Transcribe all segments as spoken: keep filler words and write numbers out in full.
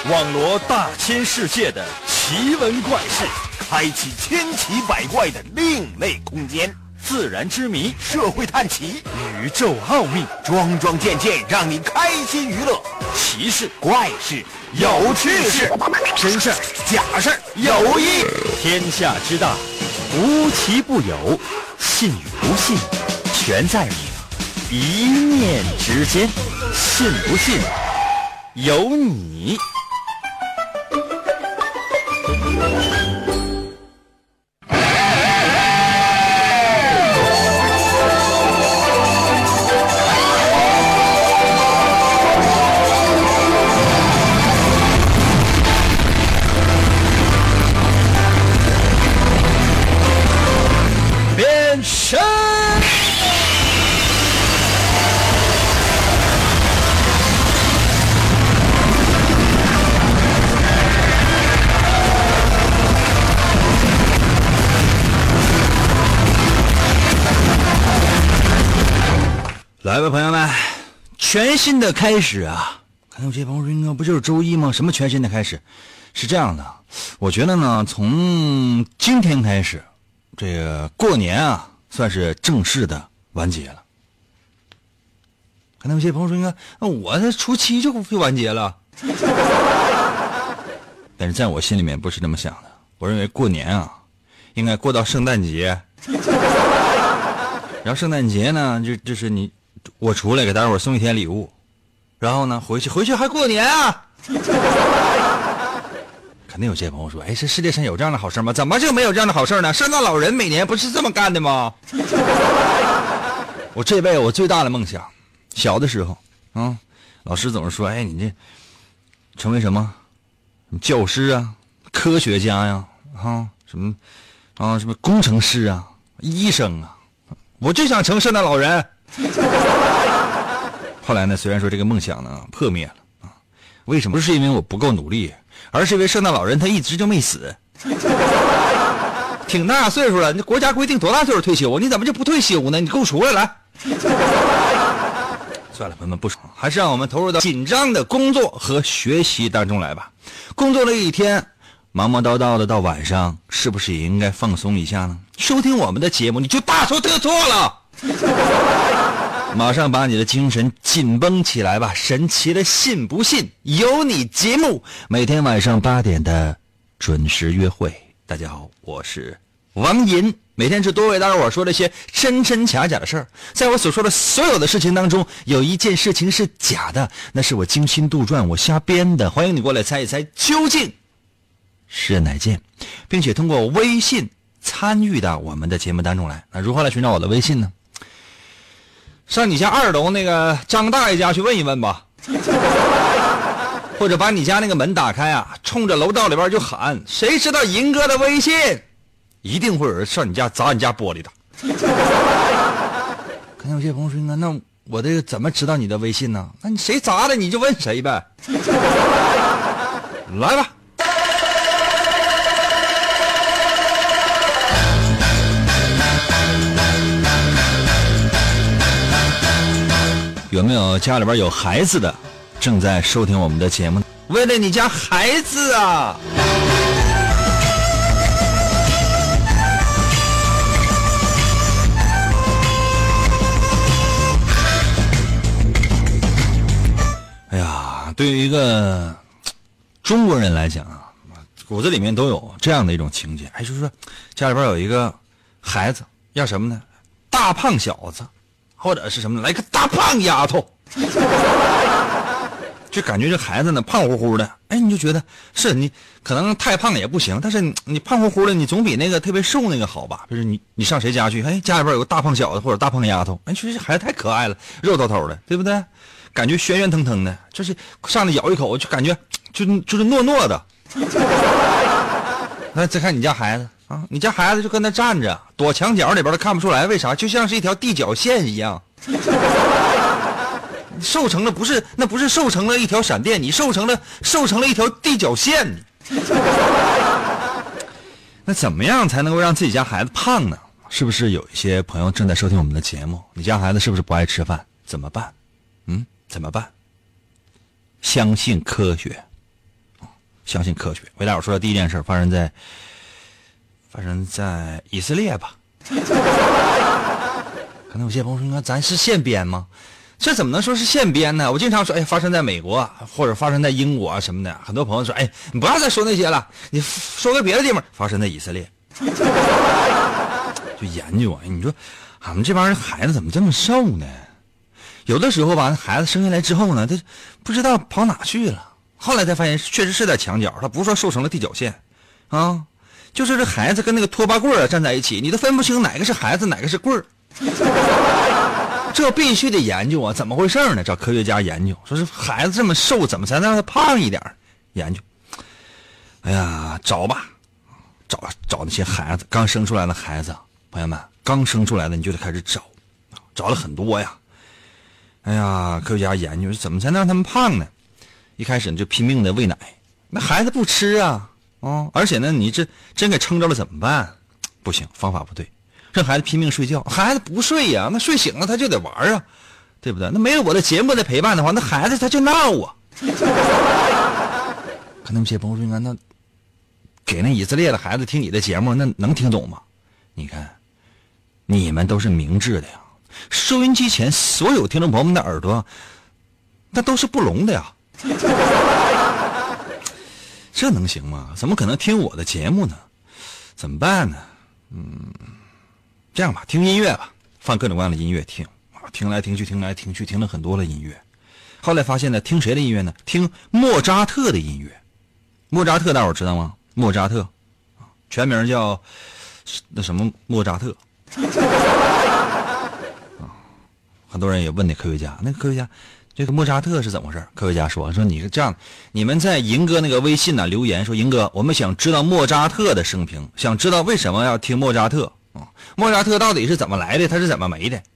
网罗大千世界的奇闻怪事，开启千奇百怪的另类空间，自然之谜，社会探奇，宇宙奥秘，桩桩件件让你开心娱乐。奇事怪事有趣事，真事假事有意，天下之大，无奇不有，信与不信全在你一念之间，信不信由你。变身来吧，朋友们，全新的开始啊！看到有些朋友说，应该不就是周一吗？什么全新的开始？是这样的，我觉得呢，从今天开始，这个过年啊，算是正式的完结了。看到有些朋友说，应该那我这初七就就完结了，但是在我心里面不是这么想的。我认为过年啊，应该过到圣诞节，然后圣诞节呢，就就是你。我出来给大伙送一天礼物，然后呢回去回去还过年啊！肯定有些朋友说，哎，这世界上有这样的好事吗？怎么就没有这样的好事呢？圣诞老人每年不是这么干的吗？我这辈子我最大的梦想，小的时候啊、嗯，老师总是说，哎，你这成为什么教师啊、科学家呀、啊，什么啊什么工程师啊、医生啊，我就想成圣诞老人。后来呢，虽然说这个梦想呢破灭了啊，为什么？不是因为我不够努力，而是因为圣诞老人他一直就没死，挺大岁数了，你国家规定多大岁数退休，你怎么就不退休呢？你给我出来来！算了，朋友们不说，还是让我们投入到紧张的工作和学习当中来吧。工作了一天，忙忙叨叨的到晚上，是不是也应该放松一下呢？收听我们的节目，你就大错特错了。马上把你的精神紧绷起来吧！神奇的信不信由你节目，每天晚上八点的准时约会。大家好，我是王银，每天只多为大伙说这些真真假假的事儿。在我所说的所有的事情当中，有一件事情是假的，那是我精心杜撰，我瞎编的。欢迎你过来猜一猜究竟是哪件，并且通过微信参与到我们的节目当中来。那如何来寻找我的微信呢？上你家二楼那个张大爷家去问一问吧，或者把你家那个门打开啊，冲着楼道里边就喊，谁知道银哥的微信？一定会有人上你家砸你家玻璃的。看见有些朋友说，那我这个怎么知道你的微信呢？那你谁砸的你就问谁呗。来吧。有没有家里边有孩子的正在收听我们的节目？为了你家孩子啊！哎呀，对于一个中国人来讲啊，骨子里面都有这样的一种情节，哎，就是说家里边有一个孩子，要什么呢？大胖小子。或者是什么来个大胖丫头，就感觉这孩子呢胖乎乎的，哎，你就觉得是你可能太胖也不行，但是 你, 你胖乎乎的，你总比那个特别瘦那个好吧？就是你你上谁家去，哎，家里边有个大胖小子或者大胖丫头，哎，确实孩子太可爱了，肉头头的，对不对？感觉圆圆腾腾的，就是上来咬一口就感觉就就是糯糯的。那再看你家孩子。啊，你家孩子就跟那站着，躲墙角里边都看不出来，为啥？就像是一条地脚线一样，瘦成了不是，那不是瘦成了一条闪电，你瘦成了瘦成了一条地脚线。那怎么样才能够让自己家孩子胖呢？是不是有一些朋友正在收听我们的节目？你家孩子是不是不爱吃饭？怎么办？嗯，怎么办？相信科学。 相信科学。回答我说的第一件事发生在发生在以色列吧？可能有些朋友说，咱是现编吗？这怎么能说是现编呢？我经常说，哎，发生在美国或者发生在英国什么的。很多朋友说，哎，你不要再说那些了，你说个别的地方。发生在以色列，就研究啊，你说俺们这帮人孩子怎么这么瘦呢？有的时候吧，孩子生下来之后呢，他不知道跑哪去了。后来才发现，确实是在墙角，他不是说瘦成了地脚线啊，就是这孩子跟那个拖把棍儿站在一起，你都分不清哪个是孩子，哪个是棍儿。这必须得研究啊，怎么回事呢？找科学家研究，说是孩子这么瘦，怎么才能让他胖一点？研究，哎呀，找吧，找找那些孩子，刚生出来的孩子，朋友们，刚生出来的你就得开始找，找了很多呀。哎呀，科学家研究怎么才能让他们胖呢？一开始就拼命的喂奶，那孩子不吃啊，哦，而且呢，你这真给撑着了怎么办？不行，方法不对。让孩子拼命睡觉，孩子不睡呀，那睡醒了他就得玩啊，对不对？那没有我的节目的陪伴的话，那孩子他就闹啊。可能有些朋友说，那给那以色列的孩子听你的节目，那能听懂吗？你看，你们都是明智的呀，收音机前所有听众朋友们的耳朵，那都是不聋的呀。这能行吗？怎么可能听我的节目呢？怎么办呢？嗯。这样吧，听音乐吧，放各种各样的音乐听啊，听来听去，听来听去，听了很多的音乐。后来发现呢，听谁的音乐呢？听莫扎特的音乐。莫扎特大伙知道吗？莫扎特，全名叫那什么莫扎特。啊，很多人也问那科学家，那科学家这个莫扎特是怎么回事？科学家说说你是这样，你们在银哥那个微信呢留言说，银哥，我们想知道莫扎特的生平，想知道为什么要听莫扎特。莫扎特到底是怎么来的？他是怎么没的？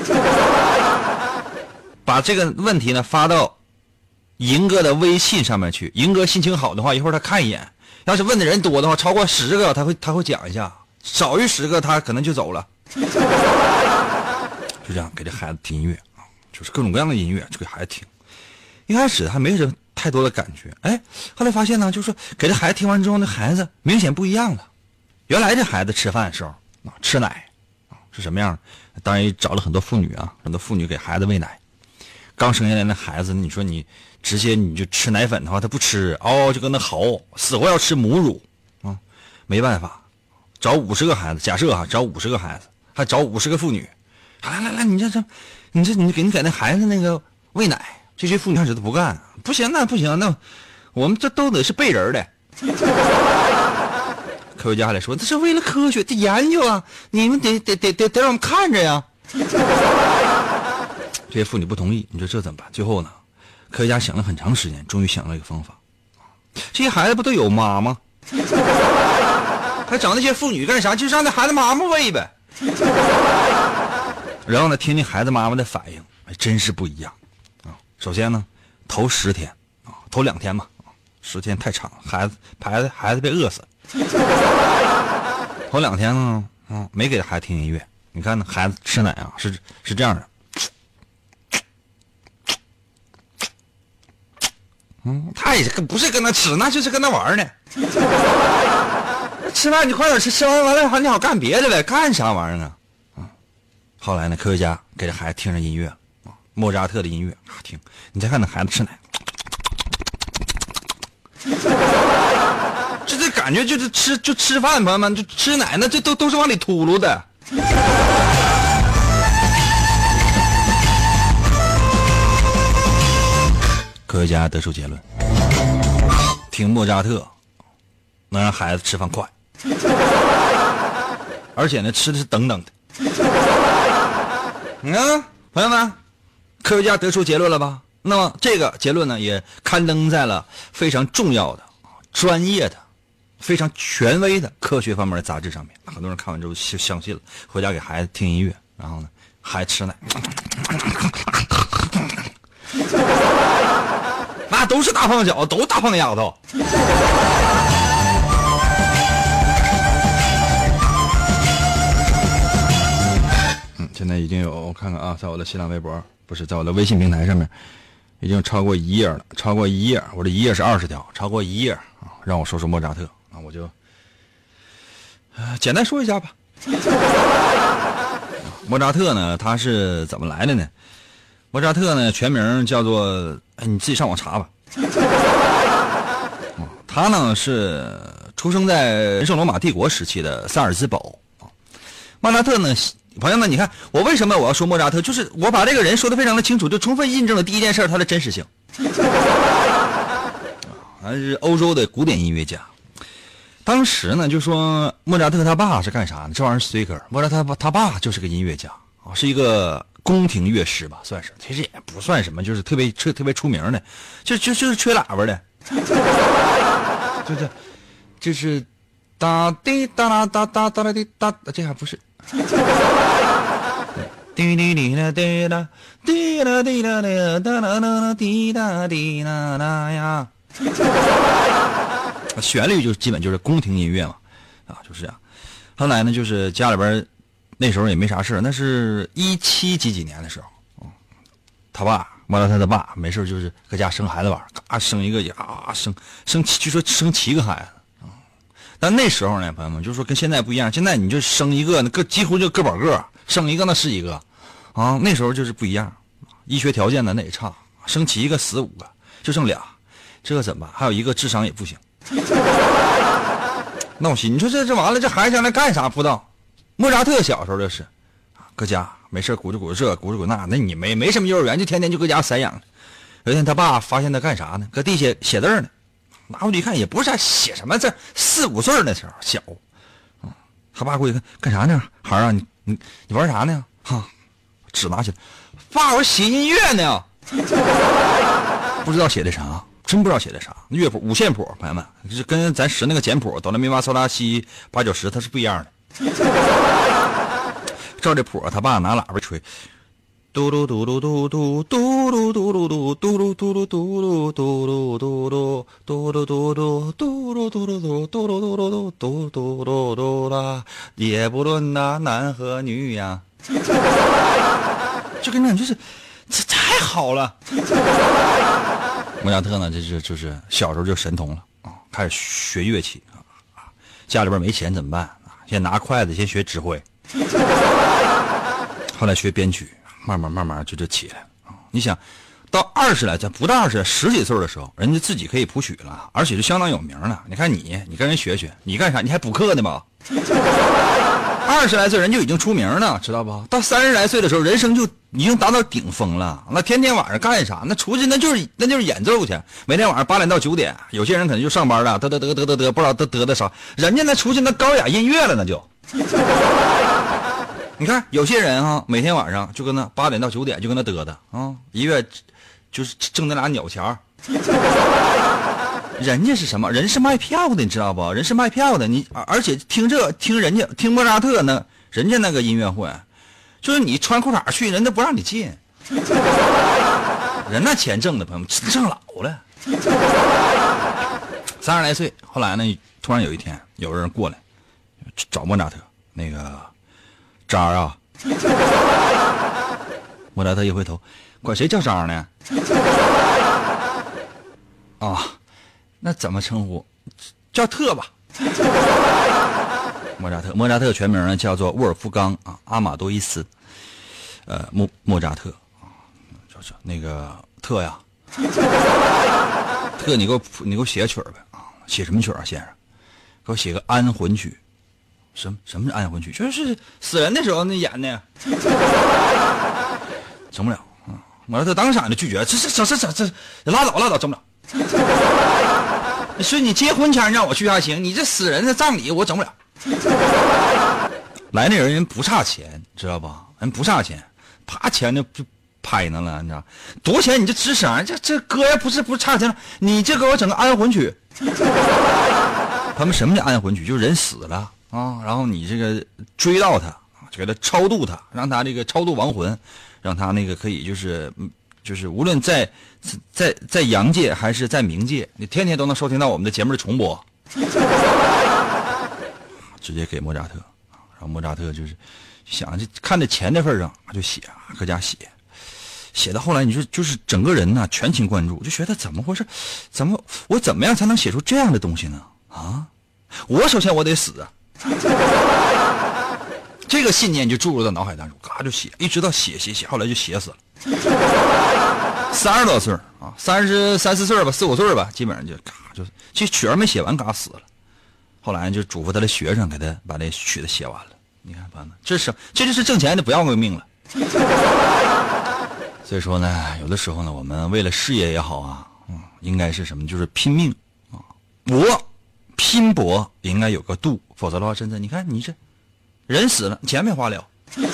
把这个问题呢发到银哥的微信上面去。银哥心情好的话，一会儿他看一眼。要是问的人多的话，超过十个，他会他会讲一下；少于十个，他可能就走了。就这样给这孩子听音乐啊，就是各种各样的音乐，就给孩子听。一开始还没什么太多的感觉，哎，后来发现呢，就是说给这孩子听完之后，那孩子明显不一样了。原来这孩子吃饭的时候。啊，吃奶啊是什么样？当然也找了很多妇女啊，很多妇女给孩子喂奶。刚生下来那孩子，你说你直接你就吃奶粉的话，他不吃，嗷就跟那嚎，死活要吃母乳啊，没办法，找五十个孩子，假设哈，找五十个孩子，还找五十个妇女，来来来，你这这，你这你给你给那孩子那个喂奶，这些妇女开始都不干，不行，那不行，那我们这都得是背人的。科学家还来说，这是为了科学的研究啊，你们得得得得得让我们看着呀。这些妇女不同意，你说这怎么办？最后呢，科学家想了很长时间，终于想到一个方法。这些孩子不都有妈吗？还找那些妇女干啥？就让那孩子妈妈喂呗。然后呢，听听孩子妈妈的反应，还真是不一样啊。首先呢，头十天啊，头两天吧，十天太长了，孩子孩子孩子被饿死了。头两天呢，嗯，没给孩子听音乐。你看呢，孩子吃奶啊，是是这样的，嗯，他也跟不是跟他吃，那就是跟他玩呢。吃饭你快点吃，吃完完了你好干别的了，干啥玩意儿啊？啊，后来呢，科学家给这孩子听上音乐啊，莫扎特的音乐啊，听，你再看那孩子吃奶。这这感觉就是吃就吃饭，朋友们就吃奶，那这都都是往里秃噜的。科学家得出结论：听莫扎特能让孩子吃饭快，而且呢吃的是等等的。你看，朋友们，科学家得出结论了吧？那么这个结论呢，也刊登在了非常重要的、专业的、非常权威的科学方面的杂志上面。很多人看完之后就相信了，回家给孩子听音乐，然后呢，孩子吃奶，那都是大胖小子，都是大胖丫头。嗯，现在已经有，我看看啊，在我的新浪微博，不是在我的微信平台上面。已经超过一页了，超过一页，我这一页是二十条，超过一页啊， 让我说说莫扎特啊，我就、呃、简单说一下吧。莫扎特呢，他是怎么来的呢？莫扎特呢，全名叫做，哎，你自己上网查吧。他呢是出生在圣罗马帝国时期的萨尔兹堡。莫扎特呢，朋友们，你看我为什么我要说莫扎特，就是我把这个人说得非常的清楚，就充分印证了第一件事他的真实性。他是欧洲的古典音乐家。当时呢，就说莫扎特他爸是干啥呢？这玩意儿随个莫扎特他他爸就是个音乐家啊，是一个宫廷乐师吧，算是，其实也不算什么，就是特别特特别出名的，就就就是吹喇叭的，就是就是哒滴哒啦哒哒哒啦滴哒，这还不是。滴滴滴啦滴啦滴啦滴啦哒啦啦滴哒滴啦啦呀。旋律就基本就是宫廷音乐嘛，啊，就是这样。后来呢，就是家里边那时候也没啥事，那是一七几几年的时候，嗯、他爸莫扎特的爸没事就是搁家生孩子玩，嘎生一个呀生生据说生七个孩子啊、嗯。但那时候呢，朋友们就是说跟现在不一样，现在你就生一个，那个几乎就个保个，生一个那是一个啊。那时候就是不一样，医学条件呢那也差，生七个死五个，就剩俩，这怎么办？还有一个智商也不行。闹心，你说这这完了，这孩子将来干啥不知道？莫扎特小时候就是，搁家没事鼓着鼓着这鼓着鼓那，那你没没什么幼儿园，就天天就搁家散养。有一天他爸发现他干啥呢？搁地下写字呢，拿过去一看，也不是啥写什么字，四五岁那时候小，嗯，他爸过去看干啥呢？孩儿啊，你你你玩啥呢？哈，纸拿起来，爸，我写音乐呢，不知道写的啥。真不知道写的啥，乐谱五线谱，朋友们，就是跟咱识那个简谱哆来咪发嗦拉西八九十它是不一样的。照这谱，他爸拿喇叭吹，嘟噜嘟噜嘟嘟嘟噜嘟噜嘟嘟噜嘟噜嘟噜嘟噜嘟噜嘟噜嘟噜嘟噜嘟噜嘟嘟噜嘟噜嘟嘟嘟噜嘟啦，也不论那男和女呀，就跟你讲，就是这太好了。莫扎特呢，这是就是小时候就神童了啊，开始学乐器啊，家里边没钱怎么办啊？先拿筷子先学指挥，后来学编曲，慢慢慢慢就就起来了啊。你想到二十来岁，不到二十，十几岁的时候，人家自己可以谱曲了，而且是相当有名了。你看你，你跟人学学，你干啥？你还补课呢吧？二十来岁人就已经出名了，知道不？到三十来岁的时候，人生就已经达到顶峰了。那天天晚上干啥？那出去那就是那就是演奏去，每天晚上八点到九点，有些人可能就上班了，得得得得得得，不知道得得的啥。人家那出去那高雅音乐了，那就。你看有些人啊，每天晚上就跟那八点到九点就跟那得的啊，一月就是挣那俩鸟钱。人家是什么？人是卖票的，你知道不？人是卖票的，你而且听这听人家听莫扎特呢，人家那个音乐会，就是你穿裤衩去，人家不让你进。人那钱挣的，朋友们挣老了。三十来岁，后来呢，突然有一天有人过来找莫扎特，那个渣儿啊，莫扎特一回头，管谁叫渣儿呢？啊。那怎么称呼？叫特吧。莫扎特，莫扎特全名呢叫做沃尔夫冈啊阿马多伊斯，呃莫莫扎特啊，就是那个特呀，特你给我你给我写个曲儿呗啊，写什么曲啊先生？给我写个安魂曲。什么什么是安魂曲？就是死人的时候那演的。整不了啊！莫扎特当场就拒绝，这这这这这这拉倒拉倒，整不了。你说你结婚前让我去还行，你这死人的葬礼我整不了。来那人人不差钱，知道吧？人不差钱，啪钱就就拍那了，你知道？多少钱你这吱声，这这歌呀不是不是差钱了，你这给我整个安魂曲。他们什么叫安魂曲？就是人死了啊，然后你这个追悼他，就给他超度他，让他这个超度亡魂，让他那个可以就是就是无论在在在阳界还是在冥界，你天天都能收听到我们的节目的重播。直接给莫扎特，然后莫扎特就是想这看在钱的份上就写，搁家写写到后来，你说就是整个人呢全情贯注，就觉得怎么回事？怎么我怎么样才能写出这样的东西呢？啊，我首先我得死啊！这个信念就注入到脑海当中，嘎就写，一直到写写写，后来就写死了。三十多岁啊，三十三四岁吧，四五岁吧，基本上就嘎就，其实曲儿没写完，嘎死了。后来就嘱咐他的学生给他把这曲子写完了。你看，朋友们，这是这就是挣钱的，不要个命了。所以说呢，有的时候呢，我们为了事业也好啊，嗯，应该是什么？就是拼命啊，搏拼搏也应该有个度，否则的话，真的，你看你这人死了，钱没花了，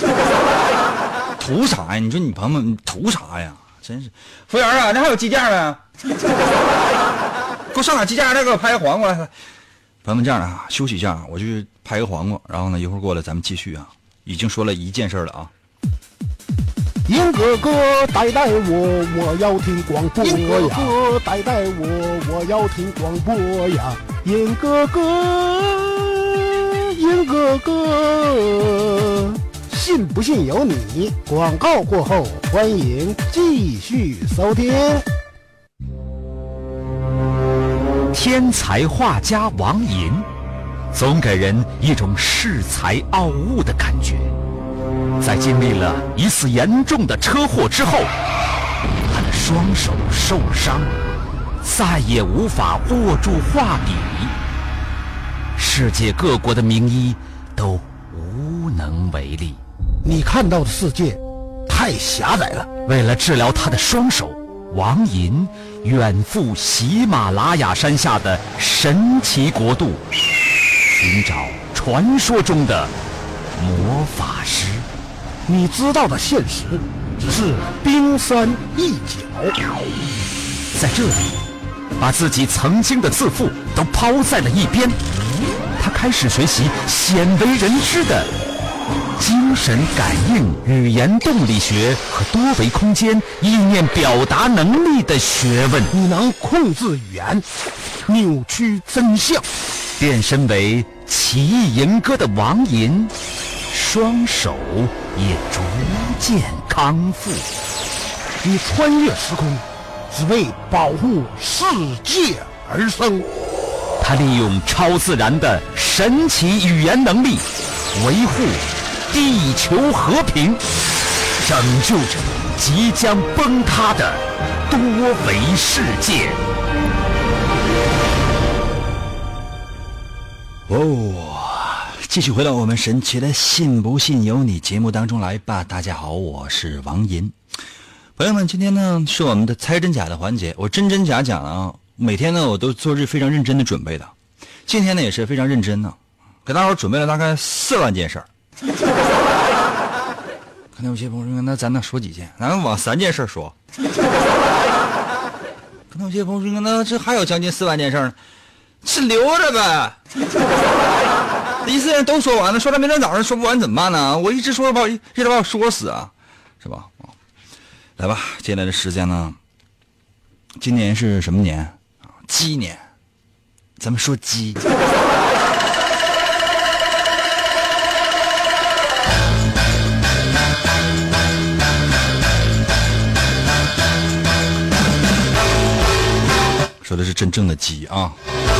图啥呀？你说你朋友们，你图啥呀？真是，服务员啊，那还有鸡架没？给我上点鸡架，再给我拍个黄瓜。朋友们，这样啊，休息一下，我去拍个黄瓜，然后呢，一会儿过来咱们继续啊。已经说了一件事了啊。 英哥哥带带我，我要听广播呀！英哥哥带带我，我要听广播呀！英哥哥，英哥哥，信不信由你。广告过后，欢迎继续收听。 天才画家王寅，总给人一种恃才傲物的感觉。在经历了一次严重的车祸之后，他的双手受伤，再也无法握住画笔。世界各国的名医都无能为力。 你看到的世界太狭窄了。 为了治疗他的双手，王寅远赴喜马拉雅山下的神奇国度，寻找传说中的魔法师。 你知道的现实只是冰山一角。 在这里，把自己曾经的自负都抛在了一边，他开始学习鲜为人知的精神感应、语言动力学和多维空间意念表达能力的学问。 你能控制语言，扭曲真相， 变身为奇异吟歌的王寅，双手也逐渐康复。 你穿越时空，只为保护世界而生。 他利用超自然的神奇语言能力，维护地球和平，拯救着即将崩塌的多维世界。 哦，继续回到我们神奇的信不信由你节目当中来吧。大家好，我是王银。朋友们，今天呢是我们的猜真假的环节，我真真假假啊，每天呢我都做是非常认真的准备的，今天呢也是非常认真的，给大伙准备了大概四万件事儿。可能有些朋友说，那咱能说几件？咱往三件事说。可能有些朋友说，那这还有将近四万件事呢，是留着呗。一次人都说完了，说到明天早上说不完怎么办呢？我一直说把我一直把我说死啊，是吧？来吧，接下来的时间呢，今年是什么年？鸡年，咱们说鸡。说的是真正的鸡啊。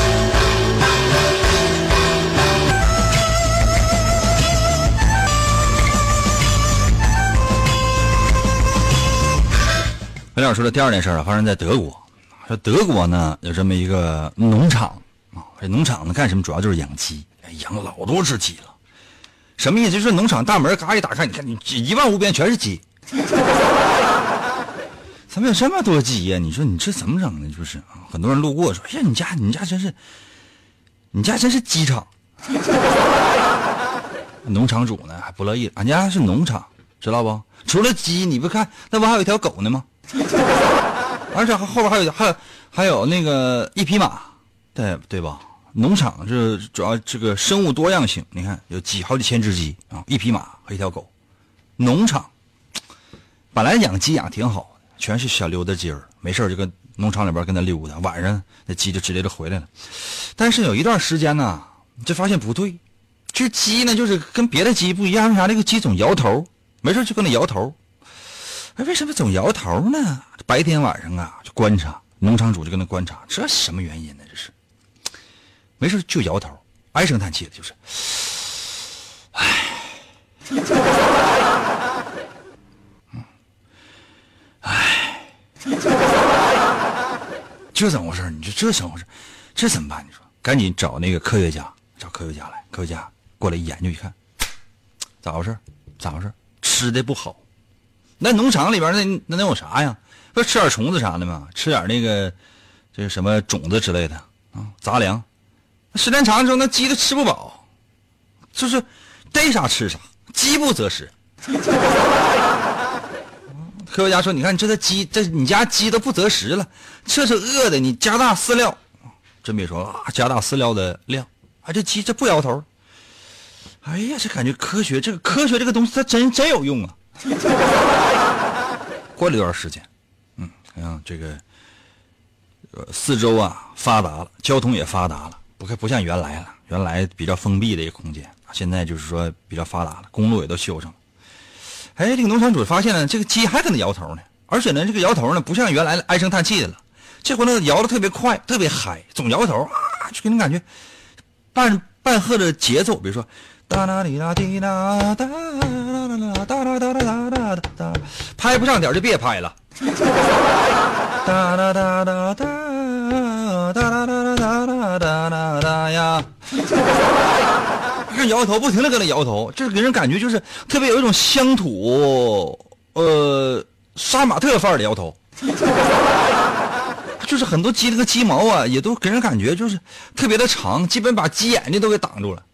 我俩说的第二件事啊，发生在德国。说德国呢有这么一个农场啊，这农场呢干什么？主要就是养鸡，养了老多只鸡了。什么意思？就是农场大门嘎一打开，你看你一望无边全是鸡。怎么有这么多鸡呀？你说你这怎么整的？就是很多人路过说：“哎呀，你家你家真是，你家真是鸡场。”农场主呢还不乐意，俺家是农场，知道不？除了鸡，你不看那不还有一条狗呢吗？而且后边还有还有还有那个一匹马，对对吧？农场这主要这个生物多样性，你看有鸡好几千只鸡啊，一匹马和一条狗。农场本来养鸡养挺好，全是小溜达鸡儿，没事就跟农场里边跟他溜达，晚上那鸡就直接就回来了。但是有一段时间呢，就发现不对，这鸡呢就是跟别的鸡不一样，为啥这个鸡总摇头？没事就跟那摇头。 哎，为什么总摇头呢？白天晚上啊，就观察农场主就跟他观察，这是什么原因呢？这是没事就摇头，唉声叹气的，就是，唉，唉，这怎么回事？你说这怎么回事？这怎么办？你说，赶紧找那个科学家，找科学家来，科学家过来一研究一看，咋回事？咋回事？吃的不好。那农场里边那那能有啥呀？不吃点虫子啥的吗？吃点那个这个什么种子之类的啊，杂粮。时间长了之后，那鸡都吃不饱，就是逮啥吃啥，饥不择食。科学家说：“你看，你这个鸡，这你家鸡都不择食了，这是饿的，你加大饲料。”真别说啊，加大饲料的量，啊，这鸡这不摇头。哎呀，这感觉科学，这个科学这个东西，它真真有用啊！过了一段时间，嗯，看这个，呃，四周啊发达了，交通也发达了，不看不像原来了，原来比较封闭的一个空间，现在就是说比较发达了，公路也都修上了。哎，这个农场主发现了，这个鸡还跟他摇头呢，而且呢，这个摇头呢不像原来唉声叹气的了，这回呢摇的特别快，特别嗨，总摇头啊，就给人感觉伴伴和着节奏，比如说。哒啦滴啦滴啦哒啦啦哒啦哒啦哒啦哒，拍不上点就别拍了。哒啦哒啦哒哒啦哒啦哒啦哒啦哒呀！看摇头，不停的跟他摇头，这给人感觉就是特别有一种乡土呃杀马特范儿的摇头。就是很多鸡那个鸡毛啊，也都给人感觉就是特别的长，基本把鸡眼睛都给挡住了。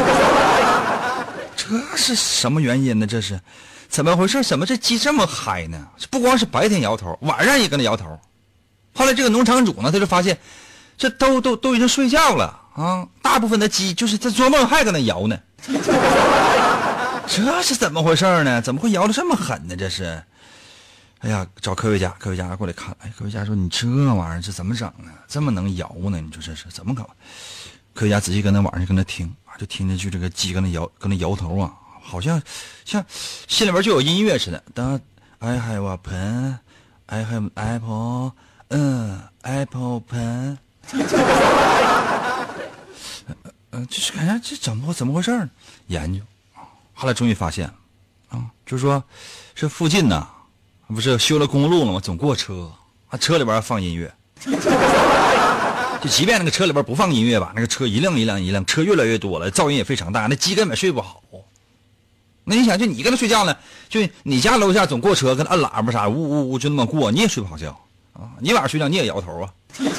这是什么原因呢？这是怎么回事？怎么这鸡这么嗨呢？不光是白天摇头，晚上也跟他摇头。后来这个农场主呢，他就发现这都都都已经睡觉了啊，大部分的鸡就是在做梦还跟他摇呢。这是怎么回事呢？怎么会摇得这么狠呢？这是。哎呀，找科学家，科学家过来看。哎，科学家说：“你这玩意儿这怎么整呢？这么能摇呢？你说这是怎么搞？”科学家仔细跟那晚上跟他听啊，就听着就这个鸡跟那摇，跟那摇头啊，好像像心里边就有音乐似的。当 I have a pen, I have apple, 嗯 ，apple pen， 呃，就是感觉这怎么怎么回事呢？研究，后来终于发现了啊，就是说，这附近呢。不是修了公路了吗？总过车，啊，车里边放音乐，就即便那个车里边不放音乐吧，那个车一辆一辆一辆，车越来越多了，噪音也非常大，那鸡根本睡不好。那你想，就你跟他睡觉呢，就你家楼下总过车，跟他按喇叭啥，呜呜呜就那么过，你也睡不好觉啊。你晚上睡觉你也摇头啊，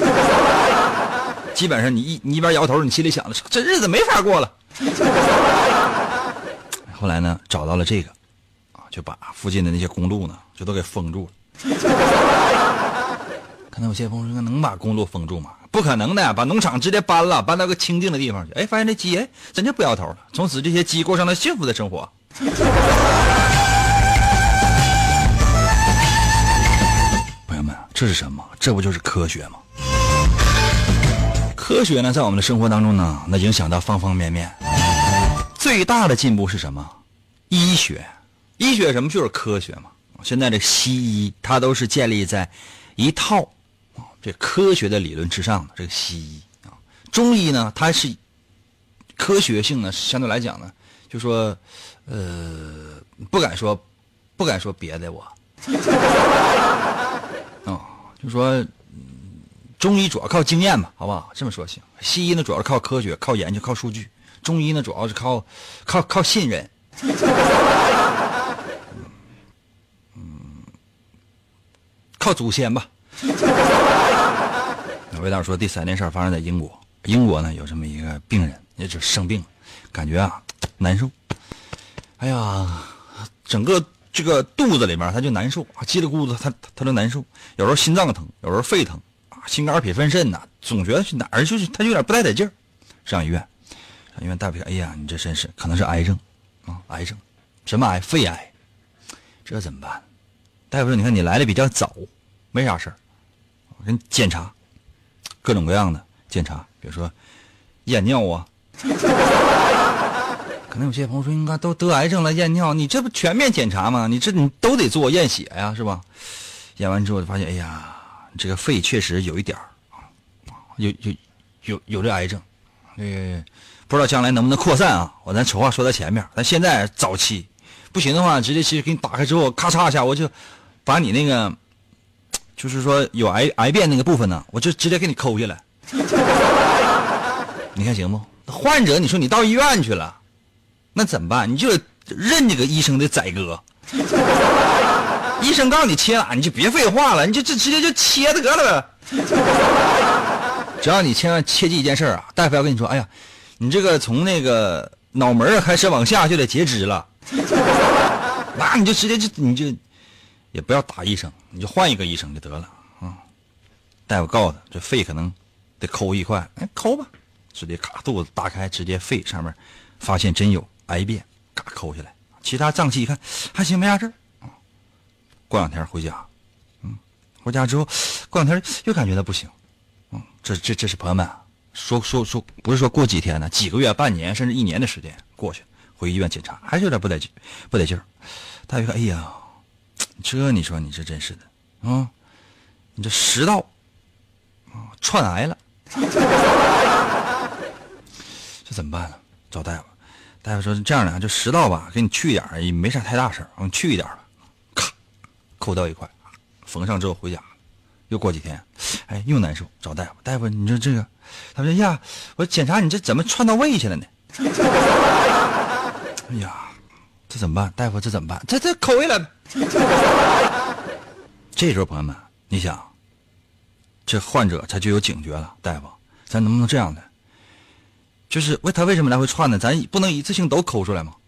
基本上你一你一边摇头，你心里想的这日子没法过了。后来呢，找到了这个。就把附近的那些公路呢，就都给封住了。可能有些朋友说，能把公路封住吗？不可能的，把农场直接搬了，搬到个清静的地方去。哎，发现这鸡哎，真就不摇头了。从此这些鸡过上了幸福的生活。朋友们，这是什么？这不就是科学吗？科学呢，在我们的生活当中呢，那影响到方方面面。最大的进步是什么？医学。医学什么就是科学嘛？现在这西医它都是建立在一套啊这科学的理论之上的。这个西医啊，中医呢，它是科学性呢，相对来讲呢，就说呃，不敢说，不敢说别的我啊，就说中医主要靠经验嘛，好不好？这么说行。西医呢，主要是靠科学、靠研究、靠数据；中医呢，主要是靠靠靠信任。靠祖先吧。魏大说第三件事发生在英国，英国呢有这么一个病人，也就是生病了，感觉啊难受，哎呀，整个这个肚子里面他就难受啊，叽里咕噜他他就难受，有时候心脏疼，有时候肺疼啊，心肝脾肺肾呐、啊，总觉得是哪儿就是他有点不太得劲儿。上医院，上医院大夫说，哎呀，你这真是可能是癌症啊，癌症，什么癌？肺癌，这怎么办？大夫说，你看你来的比较早。没啥事儿，我给你检查，各种各样的检查，比如说验尿啊， 可能有些朋友说，应该都得癌症了，验尿，你这不全面检查吗？你这你都得做验血呀，是吧？验完之后就发现，哎呀，这个肺确实有一点有有有有这癌症，呃，不知道将来能不能扩散啊？我咱丑话说在前面，咱现在早期，不行的话，直接其实给你打开之后，咔嚓一下，我就把你那个，就是说有癌癌变那个部分呢，我就直接给你抠下来。你看行不？患者，你说你到医院去了，那怎么办？你就认这个医生的宰割。医生告诉你切哪，你就别废话了，你就这直接就切得了呗。只要你千万切记一件事啊，大夫要跟你说，哎呀，你这个从那个脑门开始往下就得截肢了，那你就直接就你就也不要打医生，你就换一个医生就得了啊、嗯。大夫告诉他，这肺可能得抠一块，哎，抠吧，直接咔肚子打开，直接肺上面发现真有癌变，嘎抠下来，其他脏器一看还行，没啥事儿。过两天回家，嗯，回家之后，过两天又感觉到不行，嗯，这这这是朋友们说说说，不是说过几天呢，几个月、半年甚至一年的时间过去，回医院检查还是有点不得劲，不得劲儿。大夫看，哎呀，这你说你这真是的啊、嗯，你这食道啊串癌了，这怎么办呢？找大夫，大夫说这样的，就食道吧，给你去一点，也没啥太大事儿，嗯，去一点吧。抠到一块，缝上之后回家，又过几天，哎，又难受，找大夫。大夫，你说这个，他说呀，我检查你这怎么串到胃去了呢？哎呀，这怎么办？大夫，这怎么办？这这抠下来呗。这时候朋友们，你想，这患者他就有警觉了。大夫，咱能不能这样的？就是为他为什么来回串呢？咱不能一次性都抠出来吗？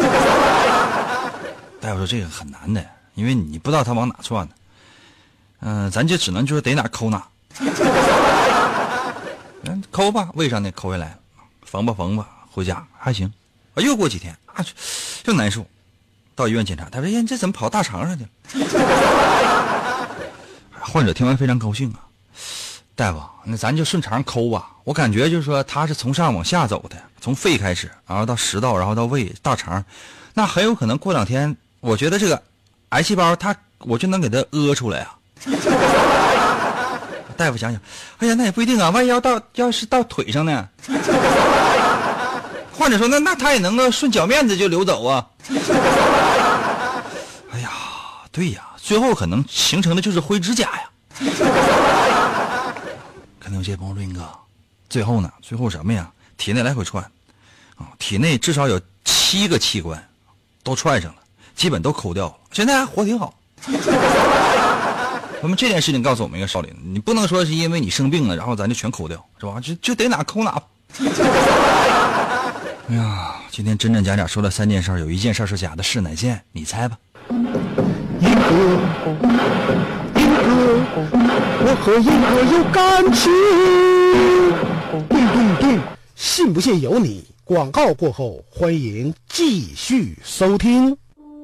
大夫说这个很难的。因为你不知道他往哪窜呢，嗯、呃，咱就只能就是得哪抠哪，嗯，抠吧，胃上那抠下来，缝吧缝吧，回家还行，啊，又过几天啊，又难受，到医院检查，他说：“哎，你这怎么跑大肠上去了？”患者听完非常高兴啊，大夫，那咱就顺肠抠吧。我感觉就是说他是从上往下走的，从肺开始，然后到食道，然后到胃、大肠，那很有可能过两天，我觉得这个。癌细胞它我就能给它屙出来啊！大夫想想，哎呀，那也不一定啊，万一要到要是到腿上呢？患者说，那那他也能够顺脚面子就流走啊！哎呀，对呀，最后可能形成的就是灰指甲呀。可能有些朋友说，英哥，最后呢？最后什么呀？体内来回串啊，体内至少有七个器官都串上了。基本都抠掉了，现在还活挺好。那么这件事情告诉我们一个道理，你不能说是因为你生病了，然后咱就全抠掉，是吧？就就得哪抠哪。哎呀，今天真真假假说了三件事，有一件事是假的，是哪件？你猜吧。 英哥，英哥，我和英哥有感情。咚咚咚，信不信由你。广告过后，欢迎继续收听。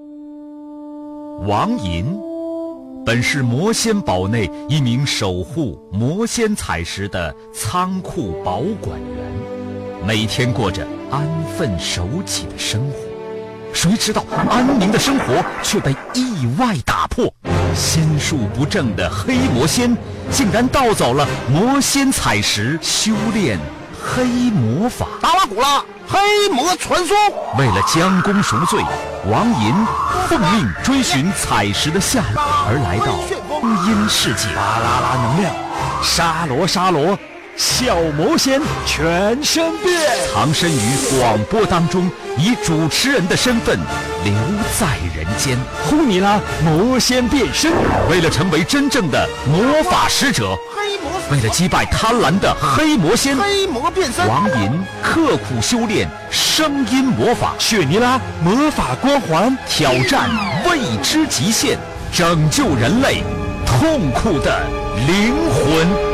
王银本是魔仙堡内一名守护魔仙彩石的仓库保管员，每天过着安分守己的生活。谁知道安宁的生活却被意外打破，仙术不正的黑魔仙竟然盗走了魔仙彩石，修炼黑魔法。 达瓦古拉黑魔传说。 为了将功赎罪，王银奉命追寻彩石的下落，而来到光阴世界。 巴啦啦能量，沙罗沙罗，小魔仙全身变。 藏身于广播当中，以主持人的身份留在人间。 呼尼拉魔仙变身， 为了成为真正的魔法使者，为了击败贪婪的黑魔仙， 黑魔变身， 王银刻苦修炼声音魔法。 雪尼拉魔法光环， 挑战未知极限，拯救人类痛苦的灵魂。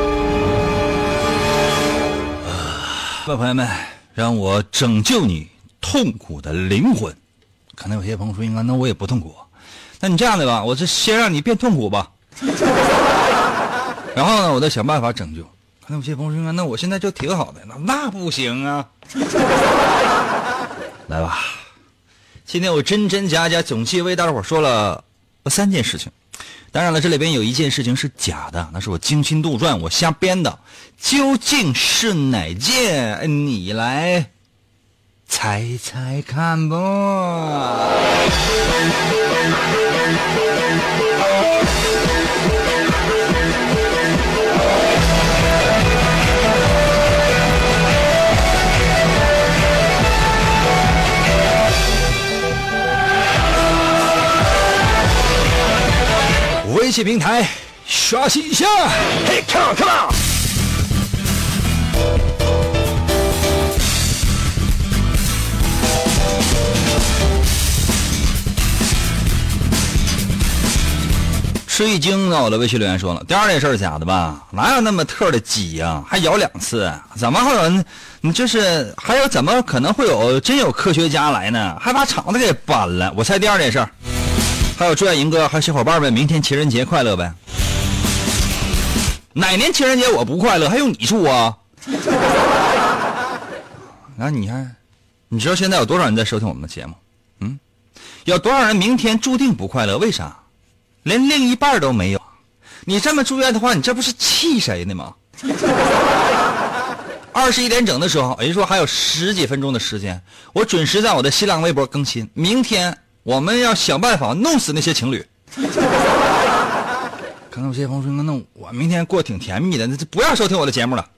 各位朋友们，让我拯救你痛苦的灵魂。可能有些朋友说，应该那我也不痛苦。那你这样的吧，我这先让你变痛苦吧。然后呢，我再想办法拯救。可能有些朋友说，那我现在就挺好的，那那不行啊。 来吧，今天我真真假假总计为大伙说了三件事情。当然了，这里边有一件事情是假的，那是我精心杜撰，我瞎编的。究竟是哪件？你来猜猜看吧。微信平台刷新一下，嘿 ，come on come on。吃一惊呢，我的微信留言说了，第二件事是假的吧？哪有那么特的鸡呀、啊？还咬两次？怎么会有人？你就是还有怎么可能会有真有科学家来呢？还把厂子给搬了？我猜第二件事。还有祝愿银哥还有小伙伴们明天情人节快乐呗。哪年情人节我不快乐还用你说啊？那你看，你知道现在有多少人在收听我们的节目？嗯，有多少人明天注定不快乐？为啥？连另一半都没有。你这么祝愿的话，你这不是气谁呢吗？二十一点整的时候，也就是说还有十几分钟的时间，我准时在我的新浪微博更新。明天我们要想办法弄死那些情侣。可能有些朋友说，那我明天过挺甜蜜的，那就不要收听我的节目了。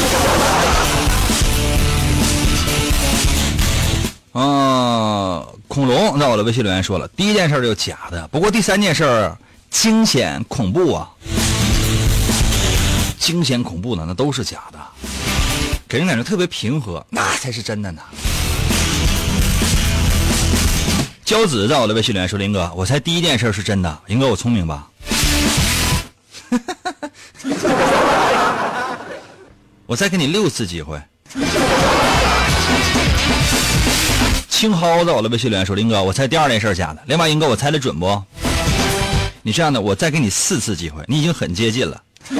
啊，恐龙在我的微信留言说了，第一件事就是假的，不过第三件事惊险恐怖啊，惊险恐怖的那都是假的，给人感觉特别平和，那才是真的呢。娇子在我的微信留言说，林哥，我猜第一件事是真的，林哥我聪明吧？我再给你六次机会。青蒿在我的微信留言说，林哥我猜第二件事假的，另外林哥我猜的准不？你这样的我再给你四次机会，你已经很接近了。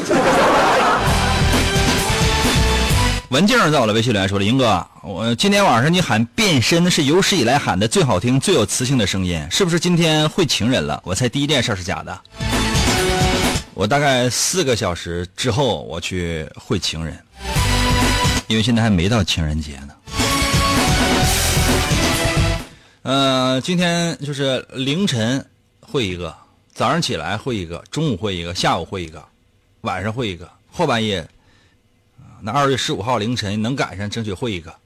文静在我的微信留言说了，林哥我今天晚上你喊变身是有史以来喊的最好听最有磁性的声音，是不是今天会情人了？我猜第一件事是假的，我大概四个小时之后我去会情人，因为现在还没到情人节呢。呃，今天就是凌晨会一个，早上起来会一个，中午会一个，下午会一个，晚上会一个，后半夜那二月十五号凌晨能赶上争取会一个。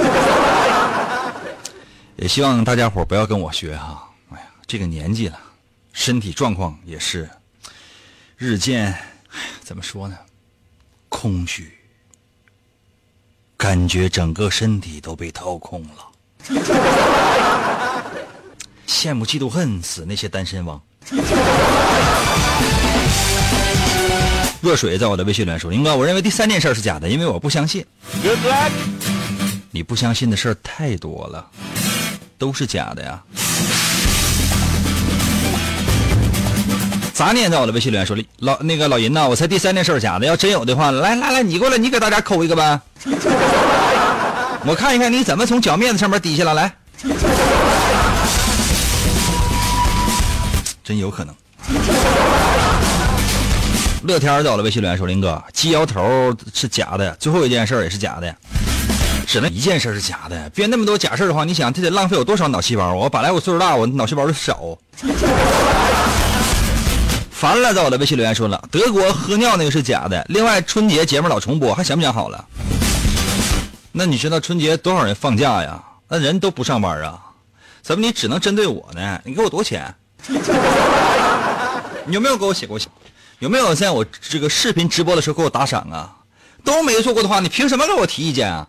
也希望大家伙不要跟我学哈，哎呀这个年纪了，身体状况也是日渐怎么说呢，空虚，感觉整个身体都被掏空了。羡慕嫉妒恨死那些单身汪。热水在我的微信里说，林哥我认为第三件事是假的，因为我不相信。 Good luck。 你不相信的事儿太多了，都是假的呀。杂念在我的微信里说，老那个老银呐，我猜第三件事是假的，要真有的话，来来来，你过来，你给大家扣一个呗。我看一看你怎么从脚面子上面低下来，来。真有可能。乐天在我的微信里说，林哥鸡摇头是假的，最后一件事也是假的，只能一件事是假的，编那么多假事的话，你想这得浪费我多少脑细胞？我本来我岁数大，我脑细胞就少。烦了，在我的微信留言说了，德国喝尿那个是假的，另外春节节目老重播，还想不想好了？那你知道春节多少人放假呀？那人都不上班啊，怎么你只能针对我呢？你给我多少钱？你有没有给我写过？有没有在我这个视频直播的时候给我打赏啊？都没做过的话，你凭什么给我提意见啊？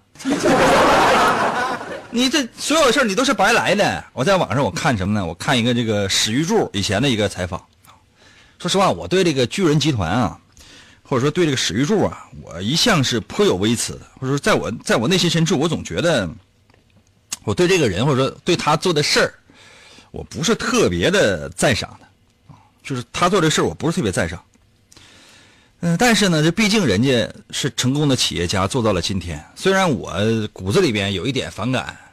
你这所有事儿你都是白来的。我在网上我看什么呢？我看一个这个史玉柱以前的一个采访。说实话，我对这个巨人集团啊，或者说对这个史玉柱啊，我一向是颇有微词的。或者说在我在我内心深处，我总觉得我对这个人或者说对他做的事儿，我不是特别的赞赏的。就是他做这事儿，我不是特别赞赏。嗯，但是呢，这毕竟人家是成功的企业家，做到了今天。虽然我骨子里边有一点反感，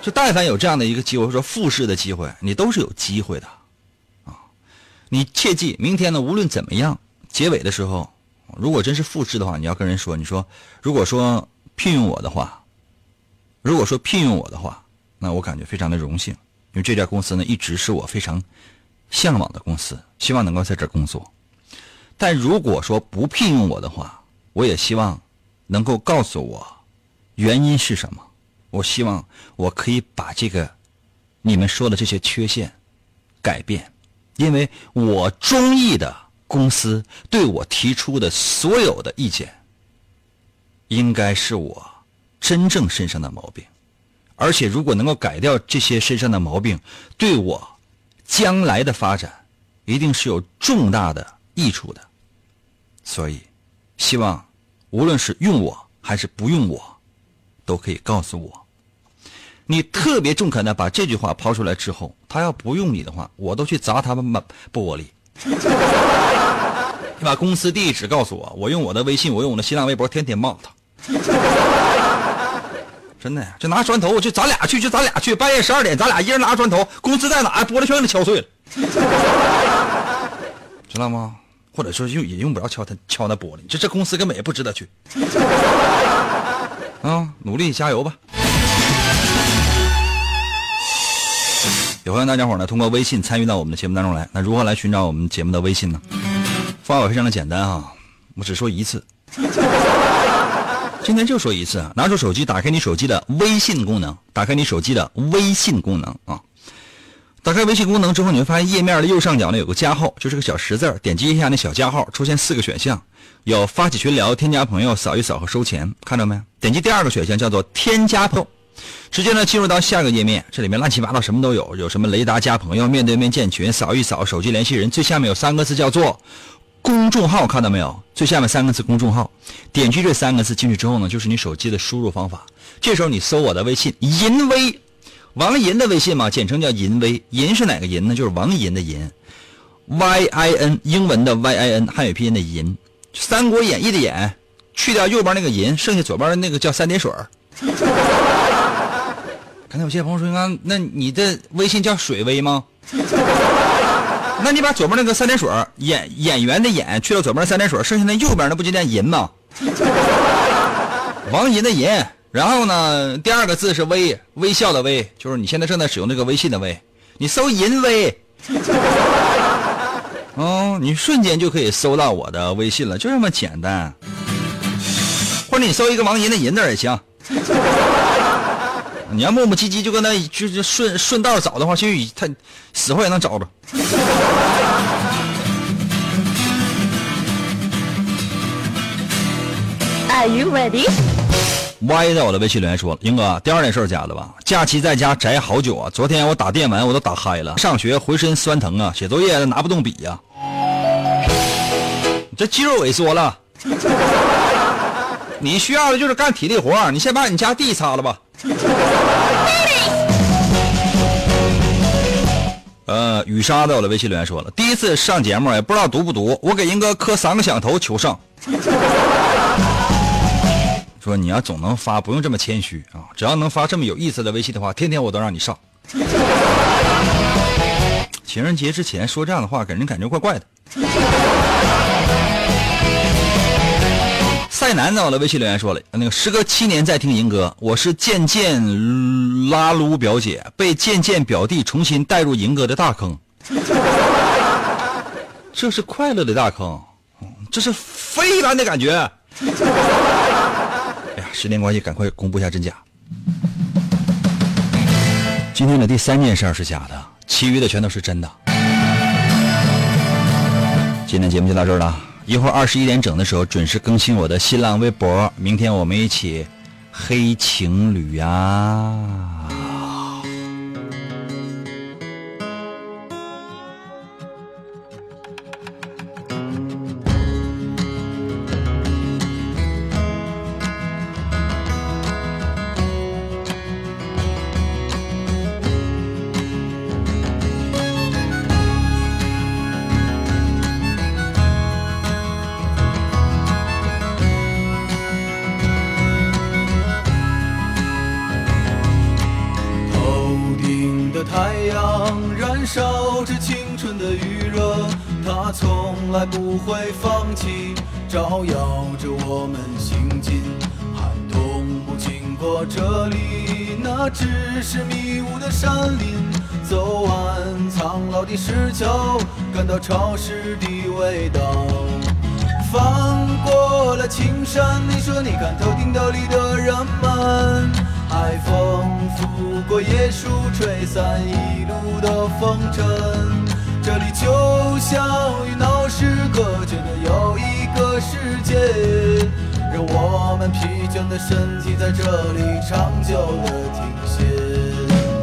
就但凡有这样的一个机会，说复试的机会，你都是有机会的啊！你切记，明天呢，无论怎么样，结尾的时候，如果真是复试的话，你要跟人说，你说，如果说聘用我的话，如果说聘用我的话，那我感觉非常的荣幸，因为这家公司呢，一直是我非常向往的公司，希望能够在这儿工作。但如果说不聘用我的话，我也希望能够告诉我原因是什么。我希望我可以把这个你们说的这些缺陷改变，因为我中意的公司对我提出的所有的意见应该是我真正身上的毛病，而且如果能够改掉这些身上的毛病，对我将来的发展一定是有重大的益处的。所以希望无论是用我还是不用我，都可以告诉我。你特别中肯的把这句话抛出来之后，他要不用你的话，我都去砸他们玻璃。你把公司地址告诉我，我用我的微信，我用我的新浪微博天天骂他。真的呀，就拿砖头，就咱俩去，就咱俩去，半夜十二点，咱俩一人拿砖头，公司在哪，玻璃全给他敲碎了，知道吗？或者说用也用不着敲他敲那玻璃，这这公司根本也不值得去。啊，努力加油吧！也欢迎大家伙呢通过微信参与到我们的节目当中来。那如何来寻找我们节目的微信呢？方法非常的简单啊，我只说一次，今天就说一次啊！拿出手机，打开你手机的微信功能，打开你手机的微信功能啊！打开微信功能之后，你会发现页面的右上角呢有个加号，就是个小十字，点击一下那小加号，出现四个选项，有发起群聊、添加朋友、扫一扫和收钱，看到没？点击第二个选项叫做添加朋友，直接呢进入到下个页面，这里面乱七八糟什么都有，有什么雷达加朋友、面对面建群、扫一扫、手机联系人，最下面有三个字叫做公众号，看到没有？最下面三个字公众号，点击这三个字进去之后呢，就是你手机的输入方法。这时候你搜我的微信银威，王银的微信嘛，简称叫银威。银是哪个银呢？就是王银的银 ，Y I N 英文的 Y I N 汉语拼音的银，三国演义的演，去掉右边那个银，剩下左边的那个叫三点水。刚才有些朋友说，啊，那你的微信叫水威吗？那你把左边那个三点水演演员的演去掉左边三点水，剩下那右边那不就念银吗？王银的银，然后呢，第二个字是微，微笑的微，就是你现在正在使用这个微信的微。你搜银微，哦，你瞬间就可以搜到我的微信了，就这么简单。或者你搜一个王银的银字也行。你要磨磨唧唧就跟他就就顺顺道找的话，其实他死活也能找着。 Are you ready? Y 在我的微信留言说了，英哥，第二件事加了吧？假期在家宅好久啊，昨天我打电玩我都打嗨了，上学浑身酸疼啊，写作业拿不动笔呀、啊，这肌肉萎缩了。你需要的就是干体力活，你先把你家地擦了吧。呃，雨莎在我的微信留言说了，第一次上节目也不知道读不读，我给英哥磕三个响头求上。说你要总能发，不用这么谦虚啊，只要能发这么有意思的微信的话，天天我都让你上。情人节之前说这样的话，给人感觉怪怪的。赛南在我的微信留言说了，那个时隔七年再听银哥，我是渐渐拉撸表姐，被渐渐表弟重新带入银哥的大坑。这是快乐的大坑，这是非凡的感觉。哎呀，时间关系，赶快公布一下真假。今天的第三件事是假的，其余的全都是真的。今天节目就到这儿了。一会儿二十一点整的时候准时更新我的新浪微博，明天我们一起黑情侣呀。 太阳燃烧着青春的余热，它从来不会放弃，照耀着我们行进。寒冬不经过这里，那只是迷雾的山林。走完苍老的石桥，感到潮湿的味道。翻过了青山，你说你看头顶斗笠的人们，海风拂过椰树，吹散一路的风尘。这里就像与闹市隔绝的又一个世界，让我们疲倦的身体在这里长久的停歇。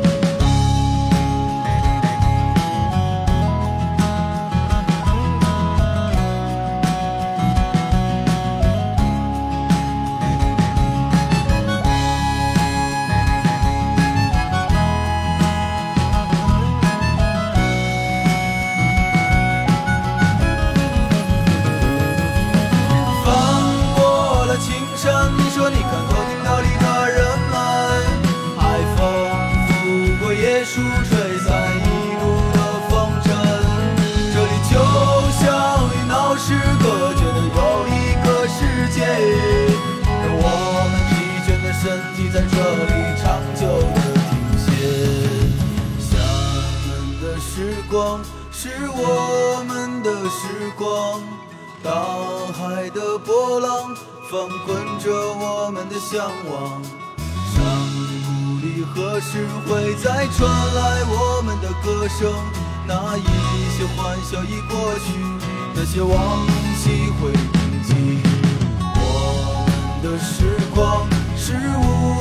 在这里长久的停歇，厦门的时光是我们的时光，大海的波浪翻滚着我们的向往，山谷里何时会再传来我们的歌声？那一些欢笑已过去，那些往昔会铭记，我们的时光是无